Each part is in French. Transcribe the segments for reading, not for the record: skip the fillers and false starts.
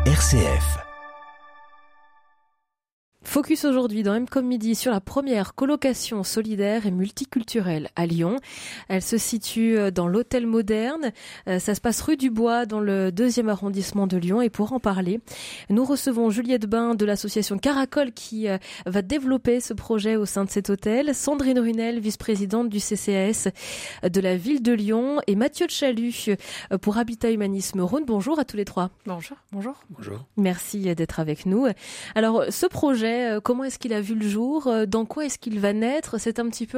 RCF. Focus aujourd'hui dans M comme midi sur la première colocation solidaire et multiculturelle à Lyon. Elle se situe dans l'Hôtel Moderne. Ça se passe rue du Bois dans le 2e arrondissement de Lyon. Et pour en parler, nous recevons Juliette Bain de l'association Caracol qui va développer ce projet au sein de cet hôtel. Sandrine Runel, vice-présidente du CCAS de la ville de Lyon. Et Mathieu Chalut pour Habitat Humanisme Rhône. Bonjour à tous les trois. Bonjour. Merci d'être avec nous. Alors, ce projet, comment est-ce qu'il a vu le jour? Dans quoi est-ce qu'il va naître? C'est un petit peu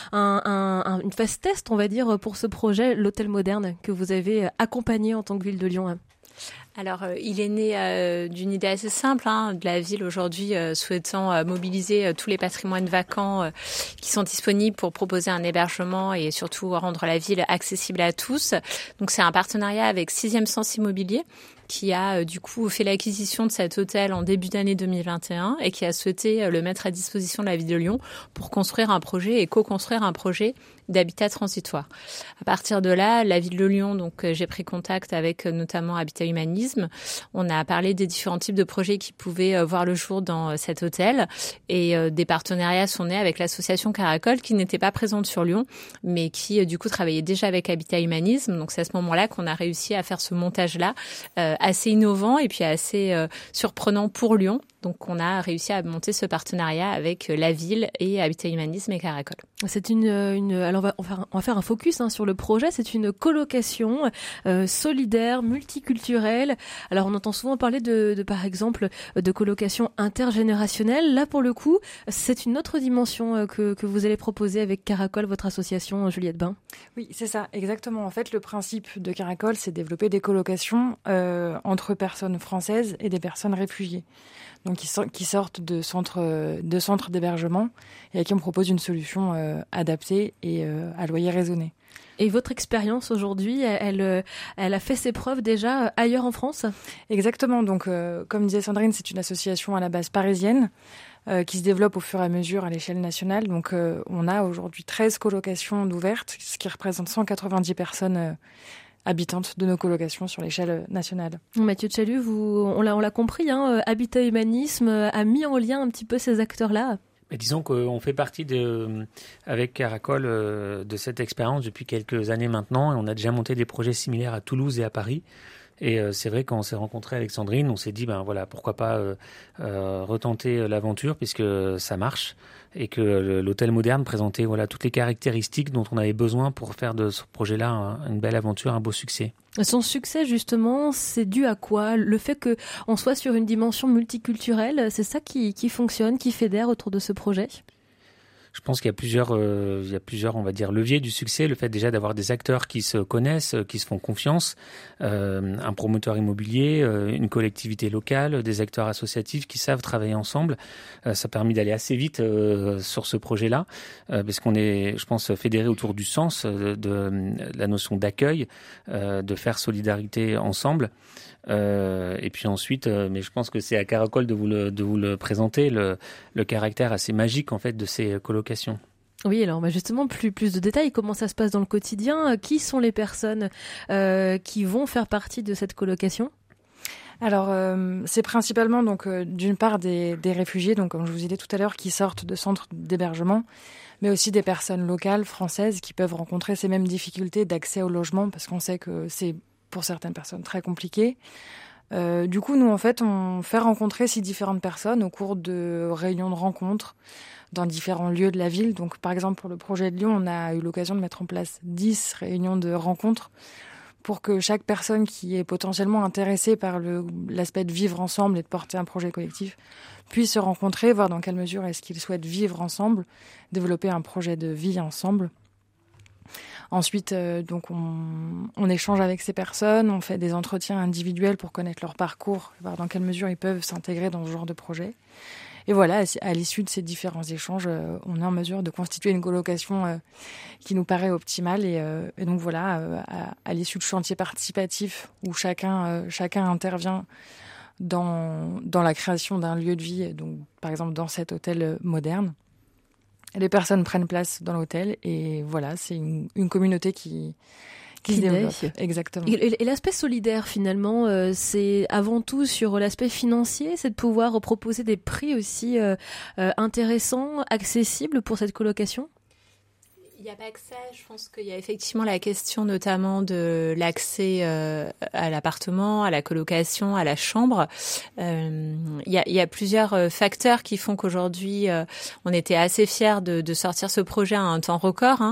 une phase test, on va dire, pour ce projet, l'Hôtel Moderne, que vous avez accompagné en tant que ville de Lyon. Alors, il est né d'une idée assez simple de la ville aujourd'hui souhaitant mobiliser tous les patrimoines vacants qui sont disponibles pour proposer un hébergement et surtout rendre la ville accessible à tous. Donc, c'est un partenariat avec 6e Sens Immobilier qui a du coup fait l'acquisition de cet hôtel en début d'année 2021 et qui a souhaité le mettre à disposition de la ville de Lyon pour construire un projet et co-construire un projet d'habitat transitoire. À partir de là, la ville de Lyon, donc j'ai pris contact avec notamment Habitat Humanisme. On a parlé des différents types de projets qui pouvaient voir le jour dans cet hôtel et des partenariats sont nés avec l'association Caracol qui n'était pas présente sur Lyon mais qui du coup travaillait déjà avec Habitat Humanisme. Donc c'est à ce moment-là qu'on a réussi à faire ce montage-là assez innovant et puis assez surprenant pour Lyon. Donc, on a réussi à monter ce partenariat avec la ville et Habitat Humanisme et Caracol. C'est alors on va faire un focus sur le projet. C'est une colocation solidaire, multiculturelle. Alors, on entend souvent parler par exemple, de colocation intergénérationnelle. Là, pour le coup, c'est une autre dimension que vous allez proposer avec Caracol, votre association, Juliette Bain. Oui, c'est ça, exactement. En fait, le principe de Caracol, c'est développer des colocations entre personnes françaises et des personnes réfugiées. Donc qui sortent de centres d'hébergement et à qui on propose une solution adaptée et à loyer raisonné. Et votre expérience aujourd'hui, elle a fait ses preuves déjà ailleurs en France? Exactement. Donc, comme disait Sandrine, c'est une association à la base parisienne qui se développe au fur et à mesure à l'échelle nationale. Donc, on a aujourd'hui 13 colocations d'ouvertes, ce qui représente 190 personnes habitantes de nos colocations sur l'échelle nationale. Mathieu Chalut, on l'a compris, Habitat Humanisme a mis en lien un petit peu ces acteurs-là. Mais disons qu'on fait partie avec Caracol de cette expérience depuis quelques années maintenant et on a déjà monté des projets similaires à Toulouse et à Paris. Et c'est vrai quand on s'est rencontré avec Sandrine, on s'est dit pourquoi pas retenter l'aventure puisque ça marche et que l'hôtel moderne présentait toutes les caractéristiques dont on avait besoin pour faire de ce projet-là une belle aventure, un beau succès. Son succès justement, c'est dû à quoi? Le fait qu'on soit sur une dimension multiculturelle, c'est ça qui fonctionne, qui fédère autour de ce projet? Je pense qu'il y a plusieurs, on va dire, leviers du succès. Le fait déjà d'avoir des acteurs qui se connaissent, qui se font confiance, un promoteur immobilier, une collectivité locale, des acteurs associatifs qui savent travailler ensemble. Ça a permis d'aller assez vite sur ce projet-là, parce qu'on est, je pense, fédéré autour du sens de la notion d'accueil, de faire solidarité ensemble. Et puis ensuite, mais je pense que c'est à Caracol de vous le présenter, le caractère assez magique en fait de ces colocations. Oui, alors justement, plus de détails, comment ça se passe dans le quotidien? Qui sont les personnes qui vont faire partie de cette colocation? Alors, c'est principalement donc d'une part des réfugiés, donc comme je vous disais tout à l'heure, qui sortent de centres d'hébergement, mais aussi des personnes locales, françaises, qui peuvent rencontrer ces mêmes difficultés d'accès au logement, parce qu'on sait que c'est pour certaines personnes très compliqué. Du coup, nous, en fait, on fait rencontrer ces différentes personnes au cours de réunions de rencontres dans différents lieux de la ville. Donc, par exemple, pour le projet de Lyon, on a eu l'occasion de mettre en place 10 réunions de rencontres pour que chaque personne qui est potentiellement intéressée par l'aspect de vivre ensemble et de porter un projet collectif puisse se rencontrer, voir dans quelle mesure est-ce qu'ils souhaitent vivre ensemble, développer un projet de vie ensemble. Ensuite, donc on échange avec ces personnes, on fait des entretiens individuels pour connaître leur parcours, voir dans quelle mesure ils peuvent s'intégrer dans ce genre de projet. Et voilà, à l'issue de ces différents échanges, on est en mesure de constituer une colocation qui nous paraît optimale. Et donc voilà, à l'issue de chantiers participatifs où chacun intervient dans la création d'un lieu de vie, donc par exemple dans cet hôtel moderne. Les personnes prennent place dans l'hôtel et voilà, c'est une communauté qui qui se développe. Exactement. Et l'aspect solidaire, finalement, c'est avant tout sur l'aspect financier, c'est de pouvoir proposer des prix aussi intéressants, accessibles pour cette colocation? Il n'y a pas que ça. Je pense qu'il y a effectivement la question notamment de l'accès à l'appartement, à la colocation, à la chambre. Il y a plusieurs facteurs qui font qu'aujourd'hui, on était assez fiers de sortir ce projet à un temps record.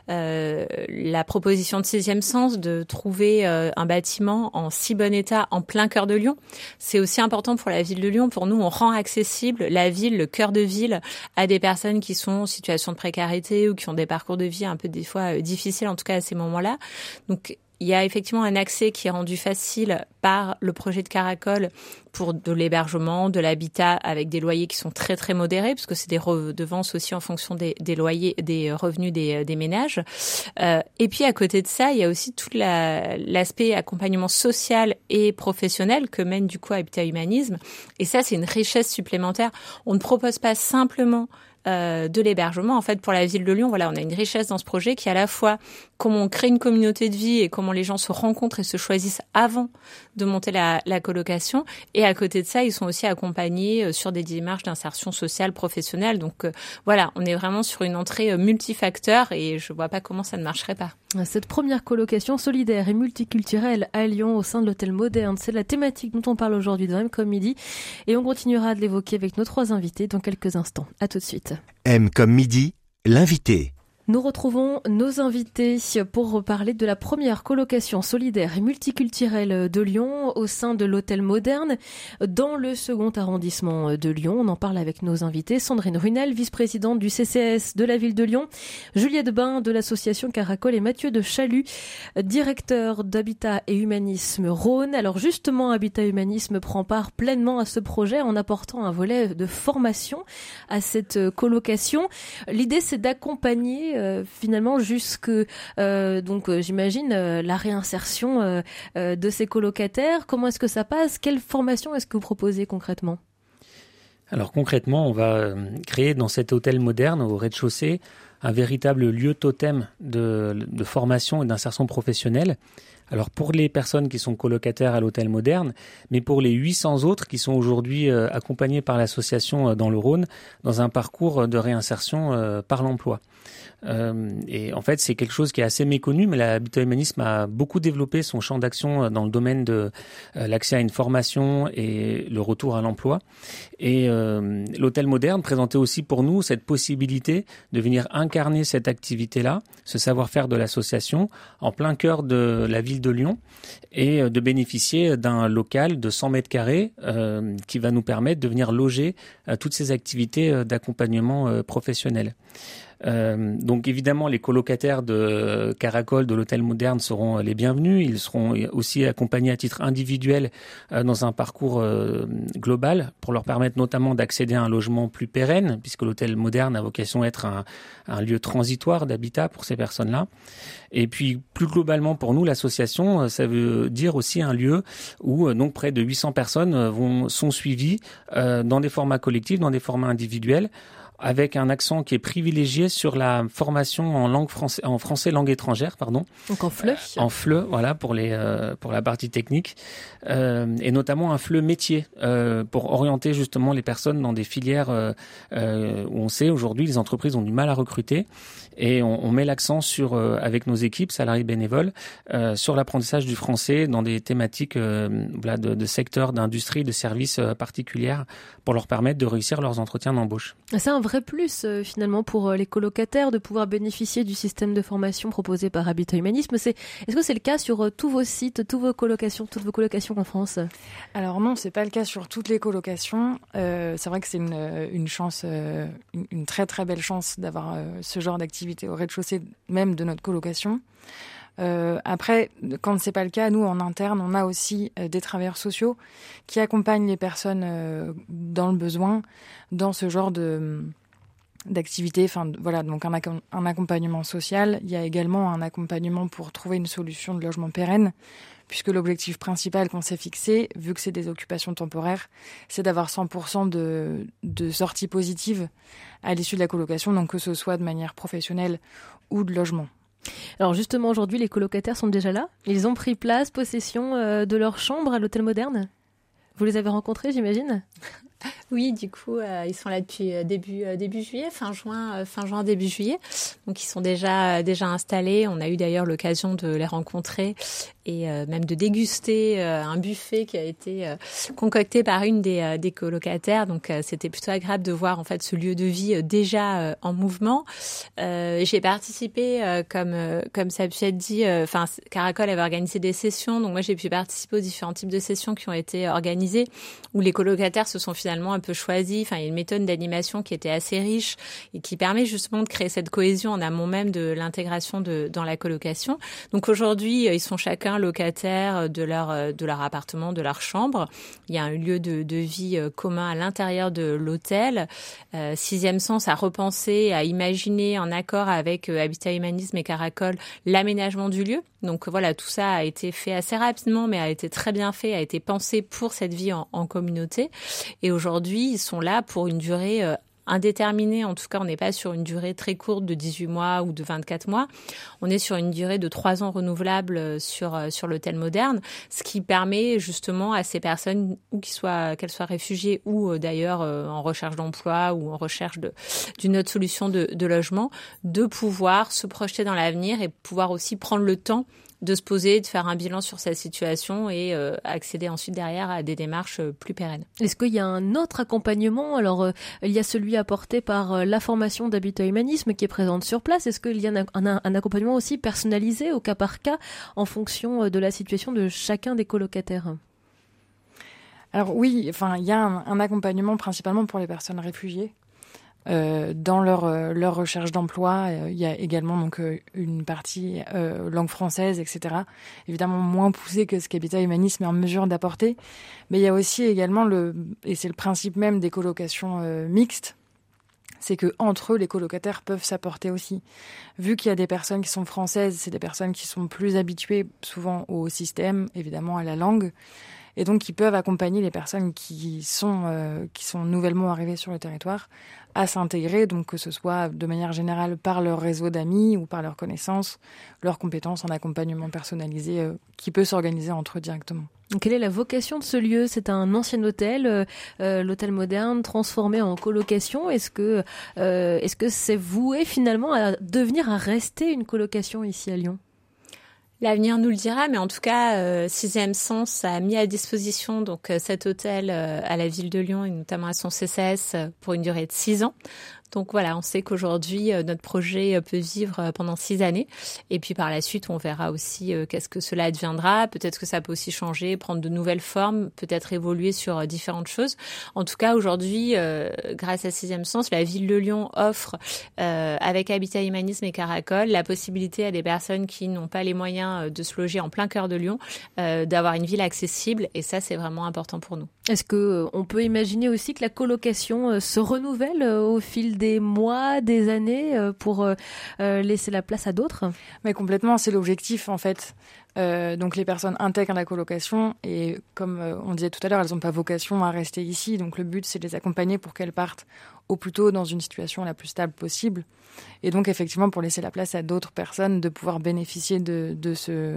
La proposition de Sixième Sens de trouver un bâtiment en si bon état en plein cœur de Lyon, c'est aussi important pour la ville de Lyon. Pour nous, on rend accessible la ville, le cœur de ville, à des personnes qui sont en situation de précarité ou qui ont des parcours de vie un peu des fois difficiles, en tout cas à ces moments-là. Donc, il y a effectivement un accès qui est rendu facile par le projet de Caracol pour de l'hébergement, de l'habitat avec des loyers qui sont très très modérés, parce que c'est des redevances aussi en fonction des loyers, des revenus des ménages. Et puis à côté de ça, il y a aussi tout l'aspect accompagnement social et professionnel que mène du coup Habitat Humanisme. Et ça, c'est une richesse supplémentaire. On ne propose pas simplement de l'hébergement. En fait, pour la ville de Lyon, voilà, on a une richesse dans ce projet qui est à la fois comment on crée une communauté de vie et comment les gens se rencontrent et se choisissent avant de monter la colocation. Et à côté de ça, ils sont aussi accompagnés sur des démarches d'insertion sociale, professionnelle. Donc voilà, on est vraiment sur une entrée multifacteur et je vois pas comment ça ne marcherait pas. Cette première colocation solidaire et multiculturelle à Lyon au sein de l'Hôtel Moderne, c'est la thématique dont on parle aujourd'hui dans M comme midi et on continuera de l'évoquer avec nos 3 invités dans quelques instants. À tout de suite. M comme midi, l'invité. Nous retrouvons nos invités pour parler de la première colocation solidaire et multiculturelle de Lyon au sein de l'Hôtel Moderne dans le 2e arrondissement de Lyon. On en parle avec nos invités. Sandrine Runel, vice-présidente du CCAS de la ville de Lyon, Juliette Bain de l'association Caracol et Mathieu de Chalut, directeur d'Habitat et Humanisme Rhône. Alors justement, Habitat Humanisme prend part pleinement à ce projet en apportant un volet de formation à cette colocation. L'idée, c'est d'accompagner finalement jusque j'imagine la réinsertion de ces colocataires. Comment est-ce que ça passe? Quelle formation est-ce que vous proposez concrètement? Alors concrètement, on va créer dans cet hôtel moderne au rez-de-chaussée un véritable lieu totem de formation et d'insertion professionnelle. Alors pour les personnes qui sont colocataires à l'hôtel moderne, mais pour les 800 autres qui sont aujourd'hui accompagnés par l'association dans le Rhône dans un parcours de réinsertion par l'emploi. Et en fait, c'est quelque chose qui est assez méconnu, mais l'Habitat Humanisme a beaucoup développé son champ d'action dans le domaine de l'accès à une formation et le retour à l'emploi. Et l'hôtel moderne présentait aussi pour nous cette possibilité de venir incarner cette activité-là, ce savoir-faire de l'association, en plein cœur de la ville de Lyon, et de bénéficier d'un local de 100 mètres carrés qui va nous permettre de venir loger toutes ces activités d'accompagnement professionnel. Donc évidemment, les colocataires de Caracol, de l'Hôtel Moderne, seront les bienvenus. Ils seront aussi accompagnés à titre individuel dans un parcours global pour leur permettre notamment d'accéder à un logement plus pérenne, puisque l'Hôtel Moderne a vocation à être un lieu transitoire d'habitat pour ces personnes-là. Et puis plus globalement pour nous, l'association, ça veut dire aussi un lieu où donc près de 800 personnes sont suivies dans des formats collectifs, dans des formats individuels, avec un accent qui est privilégié sur la formation en français langue étrangère, pardon. Donc en FLE. En FLE, voilà, pour la partie technique, et notamment un FLE métier, pour orienter justement les personnes dans des filières où on sait aujourd'hui les entreprises ont du mal à recruter, et on met l'accent sur, avec nos équipes salariés bénévoles, sur l'apprentissage du français dans des thématiques de secteurs, d'industrie, de services particulières, pour leur permettre de réussir leurs entretiens d'embauche. C'est un vrai plus finalement pour les colocataires de pouvoir bénéficier du système de formation proposé par Habitat Humanisme. Est-ce que c'est le cas sur tous vos sites, toutes vos colocations en France? Alors non, c'est pas le cas sur toutes les colocations. C'est vrai que c'est une chance, une très très belle chance d'avoir ce genre d'activité au rez-de-chaussée même de notre colocation. Après, quand c'est pas le cas, nous en interne, on a aussi des travailleurs sociaux qui accompagnent les personnes dans le besoin, dans ce genre d'activité. Enfin, voilà, donc un accompagnement social. Il y a également un accompagnement pour trouver une solution de logement pérenne, puisque l'objectif principal qu'on s'est fixé, vu que c'est des occupations temporaires, c'est d'avoir 100% de sorties positives à l'issue de la colocation, donc que ce soit de manière professionnelle ou de logement. Alors justement, aujourd'hui, les colocataires sont déjà là. Ils ont pris place, possession de leur chambre à l'Hôtel Moderne. Vous les avez rencontrés, j'imagine ? Oui, du coup, ils sont là depuis début juillet, fin juin, début juillet. Donc, ils sont déjà installés. On a eu d'ailleurs l'occasion de les rencontrer et même de déguster un buffet qui a été concocté par une des colocataires. Donc, c'était plutôt agréable de voir en fait ce lieu de vie déjà en mouvement. J'ai participé, comme ça a pu être dit, Caracol avait organisé des sessions. Donc, moi, j'ai pu participer aux différents types de sessions qui ont été organisées où les colocataires se sont finalement un peu choisis. Enfin, il y a une méthode d'animation qui était assez riche et qui permet justement de créer cette cohésion en amont même de l'intégration dans la colocation. Donc aujourd'hui, ils sont chacun locataires de leur appartement, de leur chambre. Il y a un lieu de vie commun à l'intérieur de l'hôtel. Sixième Sens a repensé, a imaginé en accord avec Habitat Humanisme et Caracol l'aménagement du lieu. Donc voilà, tout ça a été fait assez rapidement, mais a été très bien fait, a été pensé pour cette vie en communauté. Et aujourd'hui, ils sont là pour une durée indéterminée. En tout cas, on n'est pas sur une durée très courte de 18 mois ou de 24 mois. On est sur une durée de 3 ans renouvelable sur l'Hôtel Moderne, ce qui permet justement à ces personnes, qu'elles soient réfugiées ou d'ailleurs en recherche d'emploi ou en recherche d'une autre solution de logement, de pouvoir se projeter dans l'avenir et pouvoir aussi prendre le temps de se poser, de faire un bilan sur sa situation et accéder ensuite derrière à des démarches plus pérennes. Est-ce qu'il y a un autre accompagnement ? Alors, il y a celui apporté par la formation d'Habitat Humanisme qui est présente sur place. Est-ce qu'il y a un accompagnement aussi personnalisé au cas par cas en fonction de la situation de chacun des colocataires ? Alors oui, il y a un accompagnement principalement pour les personnes réfugiées. Dans leur recherche d'emploi, il y a également donc une partie langue française, etc. Évidemment moins poussée que ce qu'Habitat Humanisme est en mesure d'apporter, mais il y a aussi également et c'est le principe même des colocations mixtes, c'est que entre eux les colocataires peuvent s'apporter aussi. Vu qu'il y a des personnes qui sont françaises, c'est des personnes qui sont plus habituées souvent au système, évidemment à la langue. Et donc, qui peuvent accompagner les personnes qui sont nouvellement arrivées sur le territoire à s'intégrer, donc que ce soit de manière générale par leur réseau d'amis ou par leurs connaissances, leurs compétences en accompagnement personnalisé qui peut s'organiser entre eux directement. Quelle est la vocation de ce lieu ? C'est un ancien hôtel, l'Hôtel Moderne, transformé en colocation. Est-ce que c'est voué finalement à rester une colocation ici à Lyon ? L'avenir nous le dira, mais en tout cas, Sixième Sens a mis à disposition donc cet hôtel à la ville de Lyon et notamment à son CCAS pour une durée de 6 ans. Donc voilà, on sait qu'aujourd'hui, notre projet peut vivre pendant 6 années. Et puis par la suite, on verra aussi qu'est-ce que cela adviendra. Peut-être que ça peut aussi changer, prendre de nouvelles formes, peut-être évoluer sur différentes choses. En tout cas, aujourd'hui, grâce à Sixième Sens, la ville de Lyon offre, avec Habitat Humanisme et Caracol, la possibilité à des personnes qui n'ont pas les moyens de se loger en plein cœur de Lyon, d'avoir une ville accessible. Et ça, c'est vraiment important pour nous. Est-ce qu'on peut imaginer aussi que la colocation se renouvelle au fil des mois, des années pour laisser la place à d'autres ? Mais complètement, c'est l'objectif en fait. Donc les personnes intègrent la colocation et comme on disait tout à l'heure, elles n'ont pas vocation à rester ici. Donc le but, c'est de les accompagner pour qu'elles partent au plus tôt dans une situation la plus stable possible. Et donc effectivement, pour laisser la place à d'autres personnes de pouvoir bénéficier de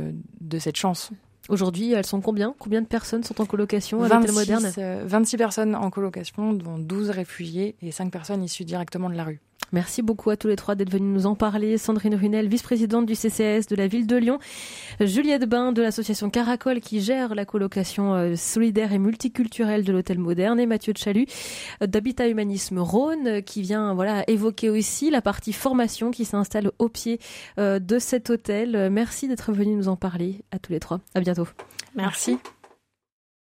cette chance. Aujourd'hui, elles sont combien ? Combien de personnes sont en colocation à l'Hôtel Moderne ? 26 personnes en colocation, dont 12 réfugiés et 5 personnes issues directement de la rue. Merci beaucoup à tous les trois d'être venus nous en parler. Sandrine Runel, vice-présidente du CCAS de la ville de Lyon. Juliette Bain de l'association Caracol qui gère la colocation solidaire et multiculturelle de l'Hôtel Moderne. Et Mathieu Tchalut d'Habitat Humanisme Rhône qui vient évoquer aussi la partie formation qui s'installe au pied de cet hôtel. Merci d'être venus nous en parler à tous les trois. À bientôt. Merci.